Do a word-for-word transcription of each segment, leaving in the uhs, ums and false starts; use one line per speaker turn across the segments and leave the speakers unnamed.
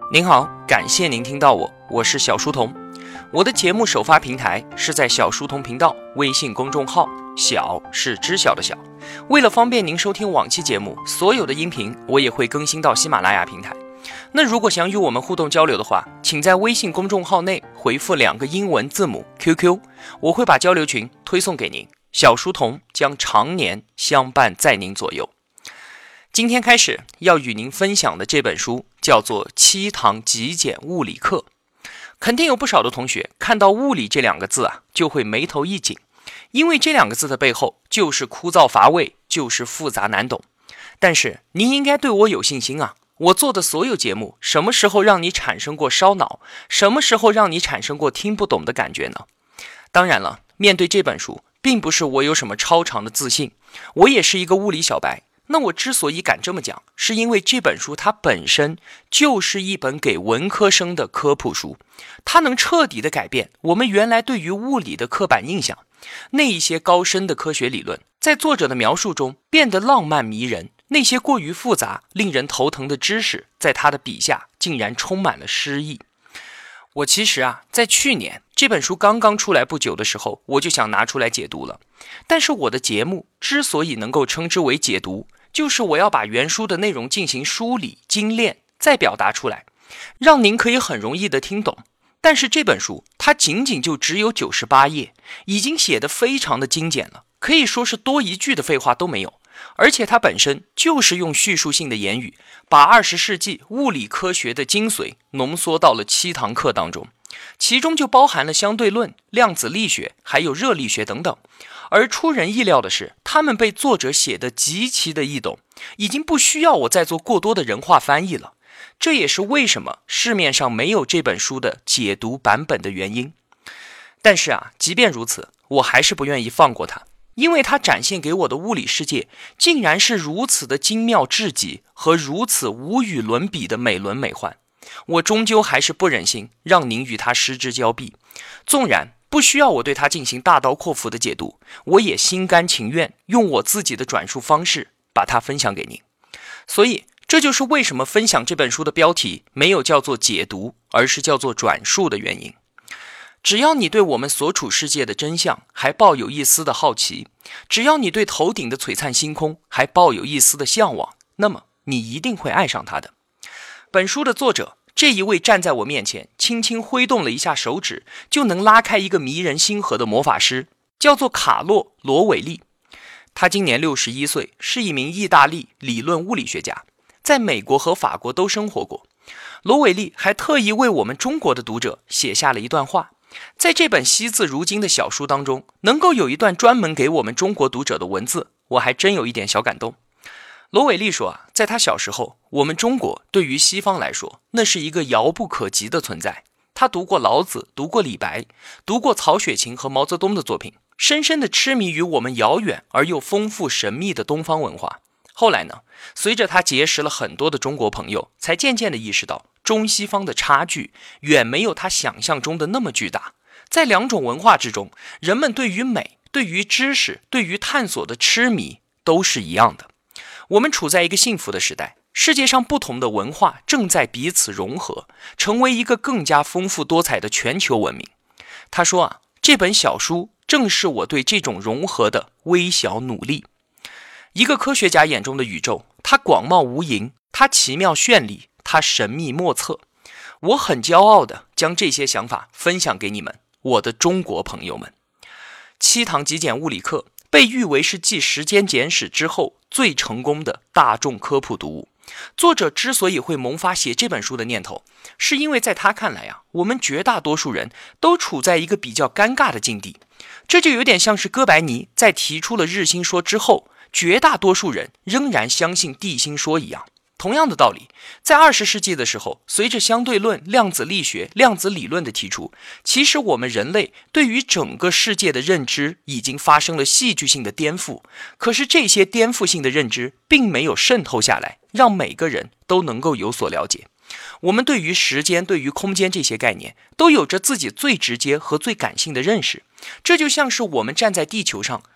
您好，感谢您听到我，我是小书童。我的节目首发平台是在小书童频道微信公众号，小是知晓的小。为了方便您收听往期节目，所有的音频我也会更新到喜马拉雅平台。那如果想与我们互动交流的话，请在微信公众号内回复两个英文字母 Q Q， 我会把交流群推送给您。小书童将常年相伴在您左右。今天开始要与您分享的这本书叫做《七堂极简物理课》。肯定有不少的同学看到物理这两个字啊，就会眉头一紧，因为这两个字的背后就是枯燥乏味，就是复杂难懂。但是您应该对我有信心啊，我做的所有节目，什么时候让你产生过烧脑？什么时候让你产生过听不懂的感觉呢？当然了，面对这本书，并不是我有什么超常的自信，我也是一个物理小白。那我之所以敢这么讲，是因为这本书它本身就是一本给文科生的科普书，它能彻底的改变我们原来对于物理的刻板印象。那一些高深的科学理论，在作者的描述中变得浪漫迷人，那些过于复杂、令人头疼的知识，在他的笔下竟然充满了诗意。我其实啊，在去年这本书刚刚出来不久的时候，我就想拿出来解读了。但是我的节目之所以能够称之为解读，就是我要把原书的内容进行梳理、精炼，再表达出来，让您可以很容易的听懂。但是这本书它仅仅就只有九十八页，已经写得非常的精简了，可以说是多一句的废话都没有。而且它本身就是用叙述性的言语，把二十世纪物理科学的精髓浓缩到了七堂课当中，其中就包含了相对论、量子力学还有热力学等等。而出人意料的是，他们被作者写得极其的易懂，已经不需要我再做过多的人话翻译了。这也是为什么市面上没有这本书的解读版本的原因。但是啊，即便如此，我还是不愿意放过它，因为它展现给我的物理世界竟然是如此的精妙至极和如此无与伦比的美轮美奂。我终究还是不忍心让您与它失之交臂，纵然不需要我对它进行大刀阔斧的解读，我也心甘情愿用我自己的转述方式把它分享给您。所以这就是为什么分享这本书的标题没有叫做解读，而是叫做转述的原因。只要你对我们所处世界的真相还抱有一丝的好奇，只要你对头顶的璀璨星空还抱有一丝的向往，那么你一定会爱上它的。本书的作者，这一位站在我面前轻轻挥动了一下手指就能拉开一个迷人星河的魔法师，叫做卡洛·罗韦利。他今年六十一岁，是一名意大利理论物理学家，在美国和法国都生活过。罗韦利还特意为我们中国的读者写下了一段话，在这本惜字如金的小书当中，能够有一段专门给我们中国读者的文字，我还真有一点小感动。罗韦利说啊，在他小时候，我们中国对于西方来说，那是一个遥不可及的存在。他读过老子，读过李白，读过曹雪芹和毛泽东的作品，深深地痴迷于我们遥远而又丰富神秘的东方文化。后来呢，随着他结识了很多的中国朋友，才渐渐地意识到中西方的差距远没有他想象中的那么巨大。在两种文化之中，人们对于美、对于知识、对于探索的痴迷都是一样的。我们处在一个幸福的时代，世界上不同的文化正在彼此融合，成为一个更加丰富多彩的全球文明。他说啊，这本小书正是我对这种融合的微小努力。一个科学家眼中的宇宙，它广袤无垠，它奇妙绚丽，它神秘莫测。我很骄傲地将这些想法分享给你们，我的中国朋友们。七堂极简物理课被誉为是继《时间简史》之后最成功的大众科普读物。作者之所以会萌发写这本书的念头，是因为在他看来啊，我们绝大多数人都处在一个比较尴尬的境地。这就有点像是哥白尼在提出了日心说之后，绝大多数人仍然相信地心说一样。同样的道理，在二十世纪的时候，随着相对论、量子力学、量子理论的提出，其实我们人类对于整个世界的认知已经发生了戏剧性的颠覆。可是这些颠覆性的认知并没有渗透下来，让每个人都能够有所了解。我们对于时间、对于空间这些概念，都有着自己最直接和最感性的认识。这就像是我们站在地球上，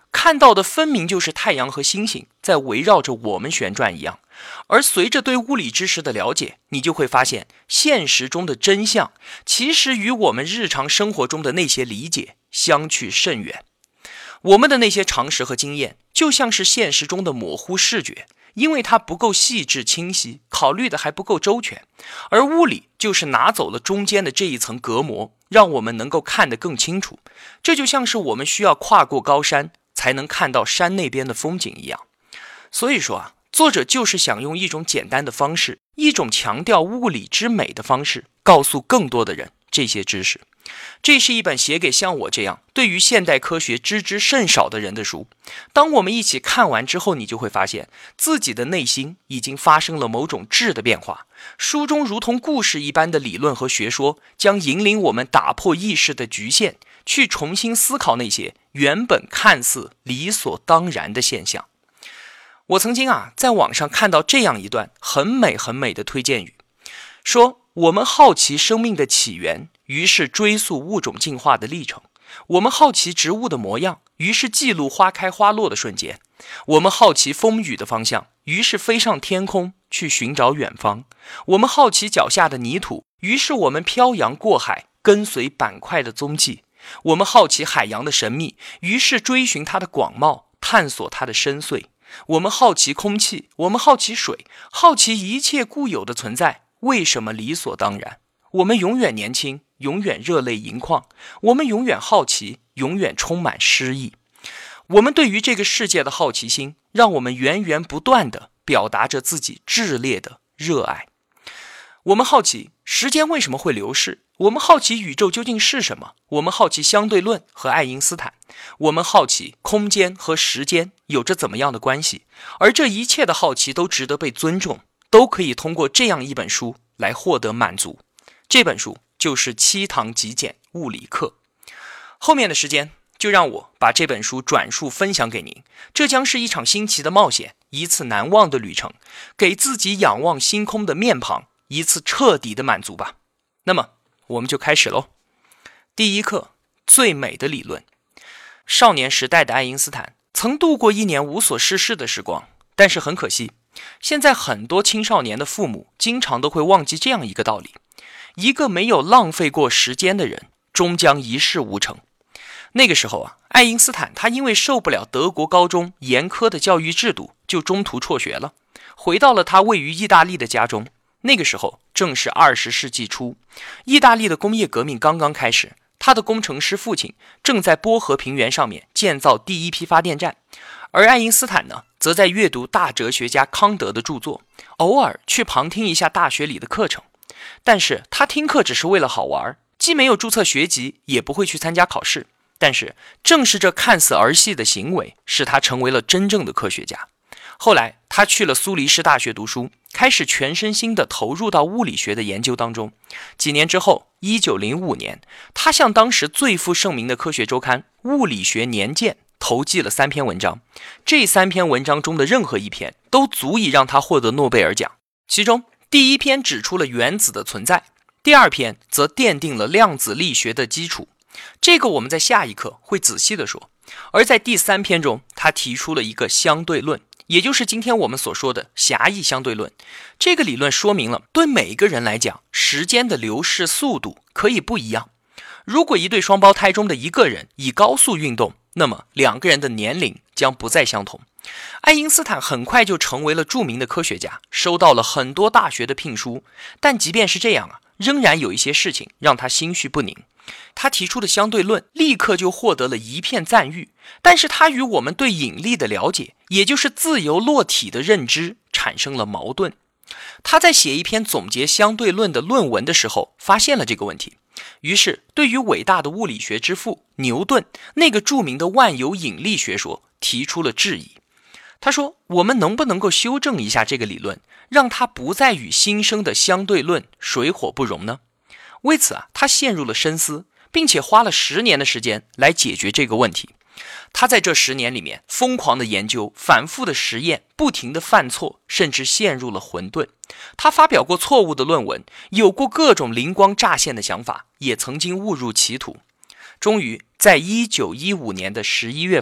看到的分明就是太阳和星星在围绕着我们旋转一样。而随着对物理知识的了解，你就会发现现实中的真相其实与我们日常生活中的那些理解相去甚远。我们的那些常识和经验就像是现实中的模糊视觉，因为它不够细致清晰，考虑的还不够周全。而物理就是拿走了中间的这一层隔膜，让我们能够看得更清楚。这就像是我们需要跨过高山才能看到山那边的风景一样。所以说啊，作者就是想用一种简单的方式，一种强调物理之美的方式，告诉更多的人这些知识。这是一本写给像我这样对于现代科学知之甚少的人的书。当我们一起看完之后，你就会发现自己的内心已经发生了某种质的变化。书中如同故事一般的理论和学说，将引领我们打破意识的局限，去重新思考那些原本看似理所当然的现象。我曾经啊，在网上看到这样一段很美很美的推荐语，说我们好奇生命的起源，于是追溯物种进化的历程；我们好奇植物的模样，于是记录花开花落的瞬间；我们好奇风雨的方向，于是飞上天空去寻找远方；我们好奇脚下的泥土，于是我们漂洋过海，跟随板块的踪迹；我们好奇海洋的神秘，于是追寻它的广袤，探索它的深邃；我们好奇空气，我们好奇水，好奇一切固有的存在为什么理所当然。我们永远年轻，永远热泪盈眶，我们永远好奇，永远充满诗意。我们对于这个世界的好奇心，让我们源源不断地表达着自己炽烈的热爱。我们好奇时间为什么会流逝，我们好奇宇宙究竟是什么，我们好奇相对论和爱因斯坦，我们好奇空间和时间有着怎么样的关系。而这一切的好奇都值得被尊重，都可以通过这样一本书来获得满足。这本书就是七堂极简物理课。后面的时间就让我把这本书转述分享给您，这将是一场新奇的冒险，一次难忘的旅程，给自己仰望星空的面庞一次彻底的满足吧。那么我们就开始喽。第一课，最美的理论。少年时代的爱因斯坦曾度过一年无所事事的时光，但是很可惜，现在很多青少年的父母经常都会忘记这样一个道理：一个没有浪费过时间的人，终将一事无成。那个时候啊，爱因斯坦他因为受不了德国高中严苛的教育制度，就中途辍学了，回到了他位于意大利的家中。那个时候正是二十世纪初，意大利的工业革命刚刚开始，他的工程师父亲正在波河平原上面建造第一批发电站，而爱因斯坦呢，则在阅读大哲学家康德的著作，偶尔去旁听一下大学里的课程。但是他听课只是为了好玩，既没有注册学籍，也不会去参加考试。但是正是这看似儿戏的行为，使他成为了真正的科学家。后来他去了苏黎世大学读书，开始全身心地投入到物理学的研究当中。几年之后，一九零五年，他向当时最负盛名的科学周刊《物理学年鉴》投寄了三篇文章。这三篇文章中的任何一篇都足以让他获得诺贝尔奖。其中第一篇指出了原子的存在，第二篇则奠定了量子力学的基础。这个我们在下一课会仔细的说。而在第三篇中，他提出了一个相对论，也就是今天我们所说的狭义相对论。这个理论说明了，对每个人来讲，时间的流逝速度可以不一样。如果一对双胞胎中的一个人以高速运动，那么两个人的年龄将不再相同。爱因斯坦很快就成为了著名的科学家，收到了很多大学的聘书。但即便是这样啊，仍然有一些事情让他心绪不宁。他提出的相对论立刻就获得了一片赞誉，但是他与我们对引力的了解，也就是自由落体的认知，产生了矛盾。他在写一篇总结相对论的论文的时候，发现了这个问题。于是对于伟大的物理学之父牛顿那个著名的万有引力学说提出了质疑。他说，我们能不能够修正一下这个理论，让它不再与新生的相对论水火不容呢？为此啊，他陷入了深思，并且花了十年的时间来解决这个问题。他在这十年里面疯狂的研究，反复的实验，不停的犯错，甚至陷入了混沌。他发表过错误的论文，有过各种灵光乍现的想法，也曾经误入歧途。终于在一九一五年的十一月份，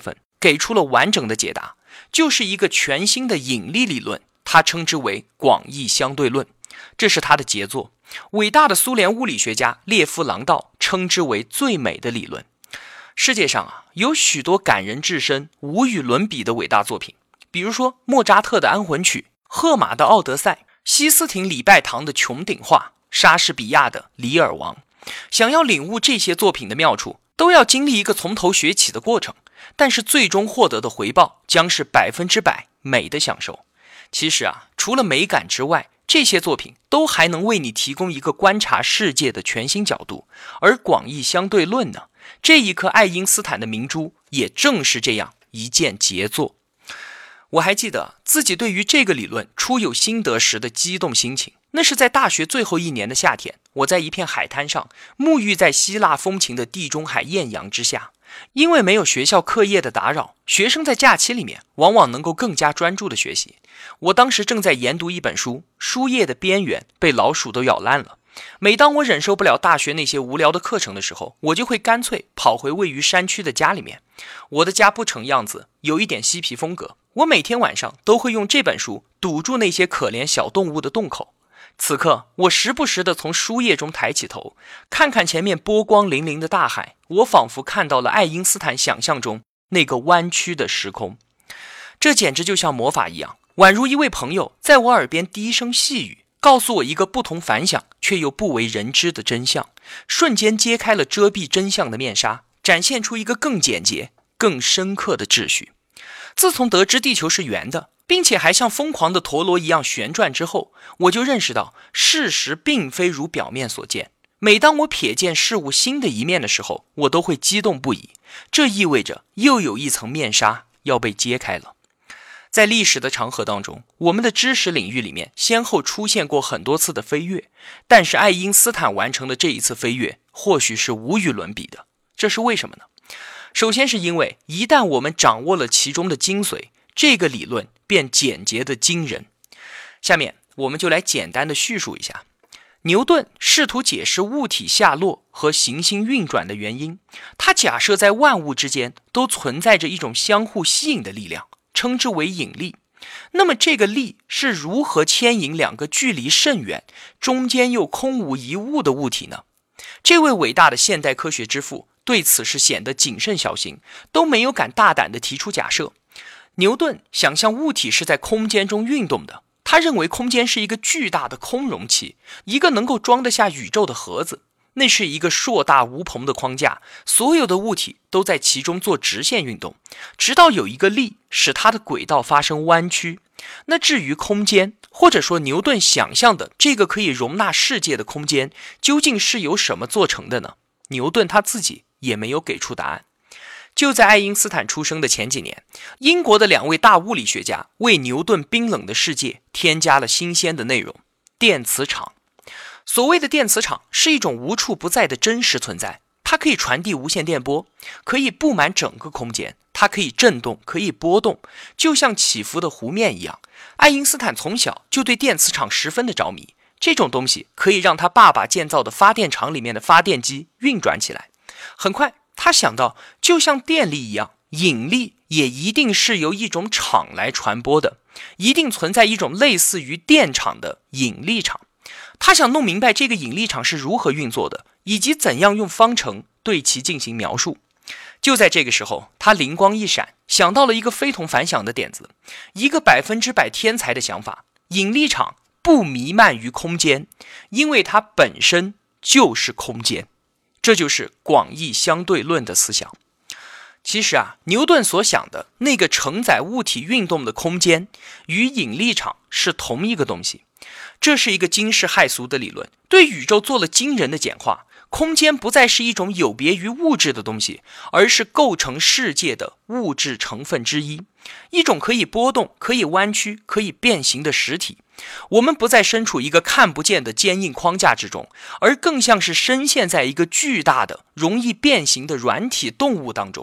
给出了完整的解答，就是一个全新的引力理论，他称之为广义相对论。这是他的杰作，伟大的苏联物理学家列夫·朗道称之为最美的理论。世界上啊，有许多感人至深、无与伦比的伟大作品，比如说莫扎特的安魂曲、荷马的奥德赛、西斯廷礼拜堂的穹顶画、莎士比亚的《李尔王》。想要领悟这些作品的妙处，都要经历一个从头学起的过程，但是最终获得的回报将是百分之百美的享受。其实啊，除了美感之外，这些作品都还能为你提供一个观察世界的全新角度。而广义相对论呢，这一颗爱因斯坦的明珠也正是这样一件杰作。我还记得自己对于这个理论初有心得时的激动心情，那是在大学最后一年的夏天，我在一片海滩上沐浴在希腊风情的地中海艳阳之下。因为没有学校课业的打扰，学生在假期里面往往能够更加专注的学习。我当时正在研读一本书，书页的边缘被老鼠都咬烂了。每当我忍受不了大学那些无聊的课程的时候，我就会干脆跑回位于山区的家里面。我的家不成样子，有一点嬉皮风格。我每天晚上都会用这本书堵住那些可怜小动物的洞口。此刻，我时不时地从书页中抬起头，看看前面波光粼粼的大海，我仿佛看到了爱因斯坦想象中那个弯曲的时空。这简直就像魔法一样，宛如一位朋友在我耳边低声细语，告诉我一个不同凡响却又不为人知的真相，瞬间揭开了遮蔽真相的面纱，展现出一个更简洁、更深刻的秩序。自从得知地球是圆的，并且还像疯狂的陀螺一样旋转之后，我就认识到事实并非如表面所见。每当我瞥见事物新的一面的时候，我都会激动不已，这意味着又有一层面纱要被揭开了。在历史的长河当中，我们的知识领域里面先后出现过很多次的飞跃，但是爱因斯坦完成的这一次飞跃或许是无与伦比的。这是为什么呢？首先是因为一旦我们掌握了其中的精髓，这个理论便简洁的惊人。下面我们就来简单的叙述一下。牛顿试图解释物体下落和行星运转的原因，他假设在万物之间都存在着一种相互吸引的力量，称之为引力。那么这个力是如何牵引两个距离甚远、中间又空无一物的物体呢？这位伟大的现代科学之父对此是显得谨慎小心，都没有敢大胆地提出假设。牛顿想象物体是在空间中运动的，他认为空间是一个巨大的空容器，一个能够装得下宇宙的盒子。那是一个硕大无朋的框架，所有的物体都在其中做直线运动，直到有一个力使它的轨道发生弯曲。那至于空间，或者说牛顿想象的这个可以容纳世界的空间，究竟是由什么做成的呢？牛顿他自己也没有给出答案。就在爱因斯坦出生的前几年，英国的两位大物理学家为牛顿冰冷的世界添加了新鲜的内容——电磁场。所谓的电磁场是一种无处不在的真实存在，它可以传递无线电波，可以布满整个空间，它可以震动，可以波动，就像起伏的湖面一样。爱因斯坦从小就对电磁场十分的着迷，这种东西可以让他爸爸建造的发电厂里面的发电机运转起来。很快他想到，就像电力一样，引力也一定是由一种场来传播的，一定存在一种类似于电场的引力场。他想弄明白这个引力场是如何运作的，以及怎样用方程对其进行描述。就在这个时候，他灵光一闪，想到了一个非同凡响的点子，一个百分之百天才的想法：引力场不弥漫于空间，因为它本身就是空间。这就是广义相对论的思想。其实啊，牛顿所想的那个承载物体运动的空间与引力场是同一个东西。这是一个惊世骇俗的理论，对宇宙做了惊人的简化。空间不再是一种有别于物质的东西，而是构成世界的物质成分之一，一种可以波动、可以弯曲、可以变形的实体。我们不再身处一个看不见的坚硬框架之中，而更像是深陷在一个巨大的、容易变形的软体动物当中。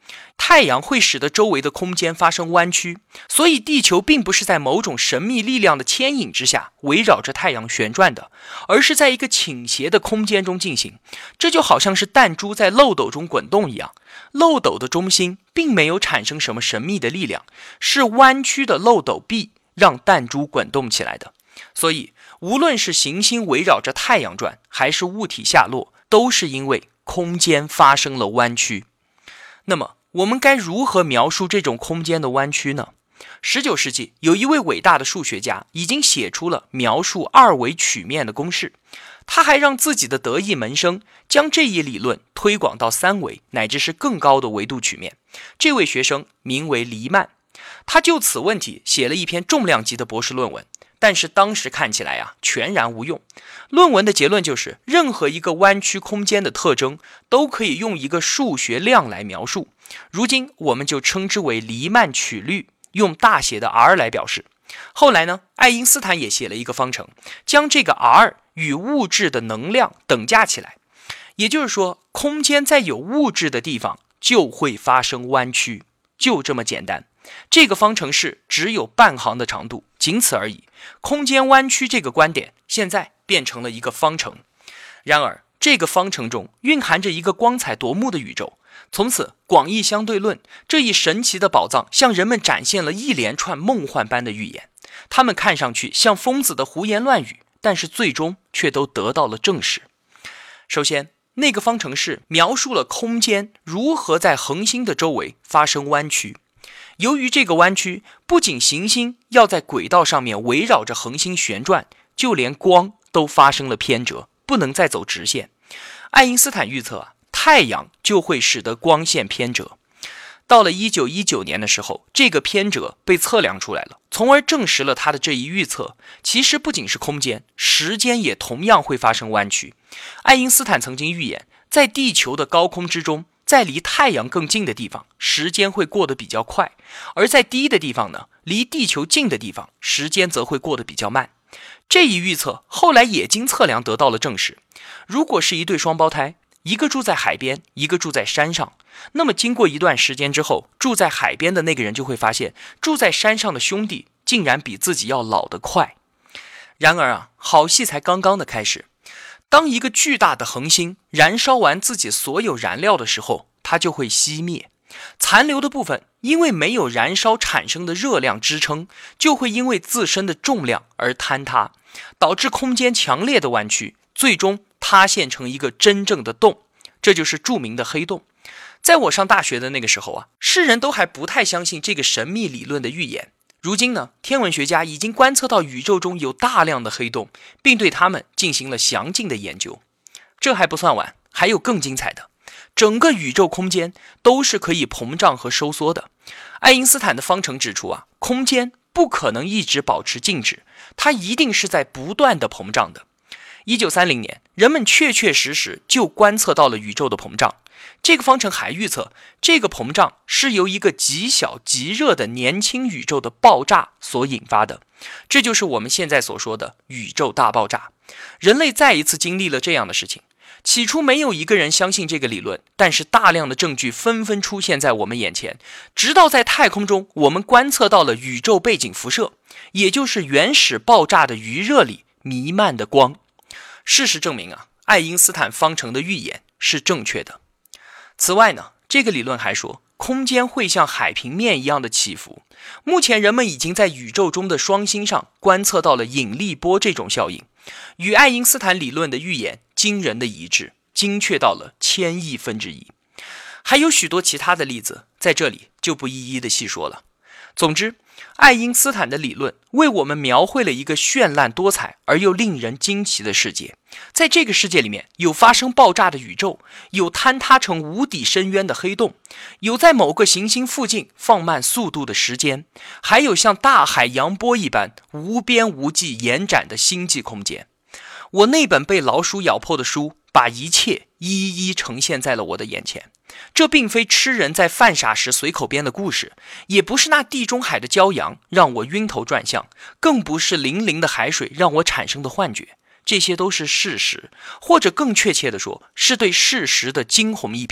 太阳会使得周围的空间发生弯曲，所以地球并不是在某种神秘力量的牵引之下围绕着太阳旋转的，而是在一个倾斜的空间中进行。这就好像是弹珠在漏斗中滚动一样，漏斗的中心并没有产生什么神秘的力量，是弯曲的漏斗壁让弹珠滚动起来的。所以无论是行星围绕着太阳转，还是物体下落，都是因为空间发生了弯曲。那么我们该如何描述这种空间的弯曲呢？十九世纪有一位伟大的数学家已经写出了描述二维曲面的公式，他还让自己的得意门生将这一理论推广到三维乃至是更高的维度曲面。这位学生名为黎曼，他就此问题写了一篇重量级的博士论文，但是当时看起来啊，全然无用。论文的结论就是，任何一个弯曲空间的特征都可以用一个数学量来描述，如今我们就称之为黎曼曲率，用大写的 R 来表示。后来呢，爱因斯坦也写了一个方程，将这个 R 与物质的能量等价起来，也就是说，空间在有物质的地方就会发生弯曲，就这么简单。这个方程式只有半行的长度，仅此而已。空间弯曲这个观点现在变成了一个方程。然而这个方程中蕴含着一个光彩夺目的宇宙。从此广义相对论这一神奇的宝藏向人们展现了一连串梦幻般的预言，他们看上去像疯子的胡言乱语，但是最终却都得到了证实。首先，那个方程式描述了空间如何在恒星的周围发生弯曲。由于这个弯曲，不仅行星要在轨道上面围绕着恒星旋转，就连光都发生了偏折，不能再走直线。爱因斯坦预测啊，太阳就会使得光线偏折。到了一九一九年的时候，这个偏折被测量出来了，从而证实了他的这一预测。其实不仅是空间，时间也同样会发生弯曲。爱因斯坦曾经预言，在地球的高空之中，在离太阳更近的地方，时间会过得比较快，而在低的地方呢，离地球近的地方，时间则会过得比较慢。这一预测后来也经测量得到了证实。如果是一对双胞胎，一个住在海边，一个住在山上，那么经过一段时间之后，住在海边的那个人就会发现，住在山上的兄弟竟然比自己要老得快。然而啊，好戏才刚刚的开始。当一个巨大的恒星燃烧完自己所有燃料的时候，它就会熄灭。残留的部分因为没有燃烧产生的热量支撑，就会因为自身的重量而坍塌，导致空间强烈的弯曲，最终塌陷成一个真正的洞，这就是著名的黑洞。在我上大学的那个时候啊，世人都还不太相信这个神秘理论的预言。如今呢，天文学家已经观测到宇宙中有大量的黑洞，并对它们进行了详尽的研究。这还不算完，还有更精彩的。整个宇宙空间都是可以膨胀和收缩的。爱因斯坦的方程指出啊，空间不可能一直保持静止，它一定是在不断的膨胀的。一九三零年，人们确确实实就观测到了宇宙的膨胀。这个方程还预测，这个膨胀是由一个极小极热的年轻宇宙的爆炸所引发的，这就是我们现在所说的宇宙大爆炸。人类再一次经历了这样的事情。起初没有一个人相信这个理论，但是大量的证据纷纷出现在我们眼前，直到在太空中我们观测到了宇宙背景辐射，也就是原始爆炸的余热里弥漫的光。事实证明啊，爱因斯坦方程的预言是正确的。此外呢，这个理论还说，空间会像海平面一样的起伏。目前人们已经在宇宙中的双星上观测到了引力波这种效应，与爱因斯坦理论的预言惊人的一致，精确到了千亿分之一。还有许多其他的例子，在这里就不一一的细说了。总之，爱因斯坦的理论为我们描绘了一个绚烂多彩而又令人惊奇的世界。在这个世界里面，有发生爆炸的宇宙，有坍塌成无底深渊的黑洞，有在某个行星附近放慢速度的时间，还有像大海洋波一般无边无际延展的星际空间。我那本被老鼠咬破的书，把一切一一呈现在了我的眼前。这并非痴人在犯傻时随口编的故事，也不是那地中海的骄阳让我晕头转向，更不是粼粼的海水让我产生的幻觉。这些都是事实，或者更确切地说，是对事实的惊鸿一瞥。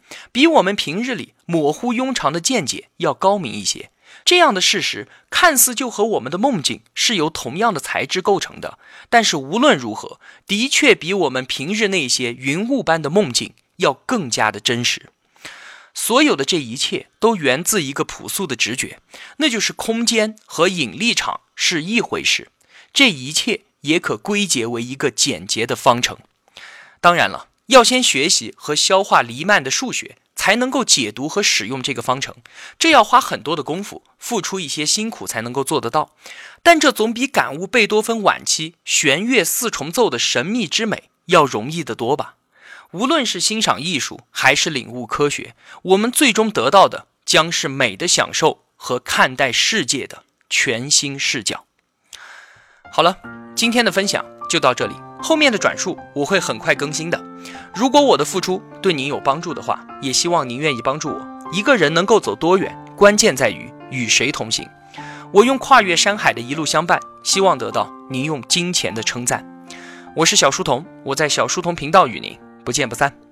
比我们平日里模糊庸常的见解要高明一些。这样的事实看似就和我们的梦境是由同样的材质构成的，但是无论如何，的确比我们平日那些云雾般的梦境要更加的真实。所有的这一切都源自一个朴素的直觉，那就是空间和引力场是一回事。这一切也可归结为一个简洁的方程。当然了，要先学习和消化黎曼的数学，才能够解读和使用这个方程，这要花很多的功夫，付出一些辛苦才能够做得到。但这总比感悟贝多芬晚期弦乐四重奏的神秘之美要容易得多吧。无论是欣赏艺术还是领悟科学，我们最终得到的将是美的享受和看待世界的全新视角。好了，今天的分享就到这里，后面的转述我会很快更新的。如果我的付出对您有帮助的话，也希望您愿意帮助我。一个人能够走多远，关键在于与谁同行。我用跨越山海的一路相伴，希望得到您用金钱的称赞。我是小书童，我在小书童频道与您不见不散。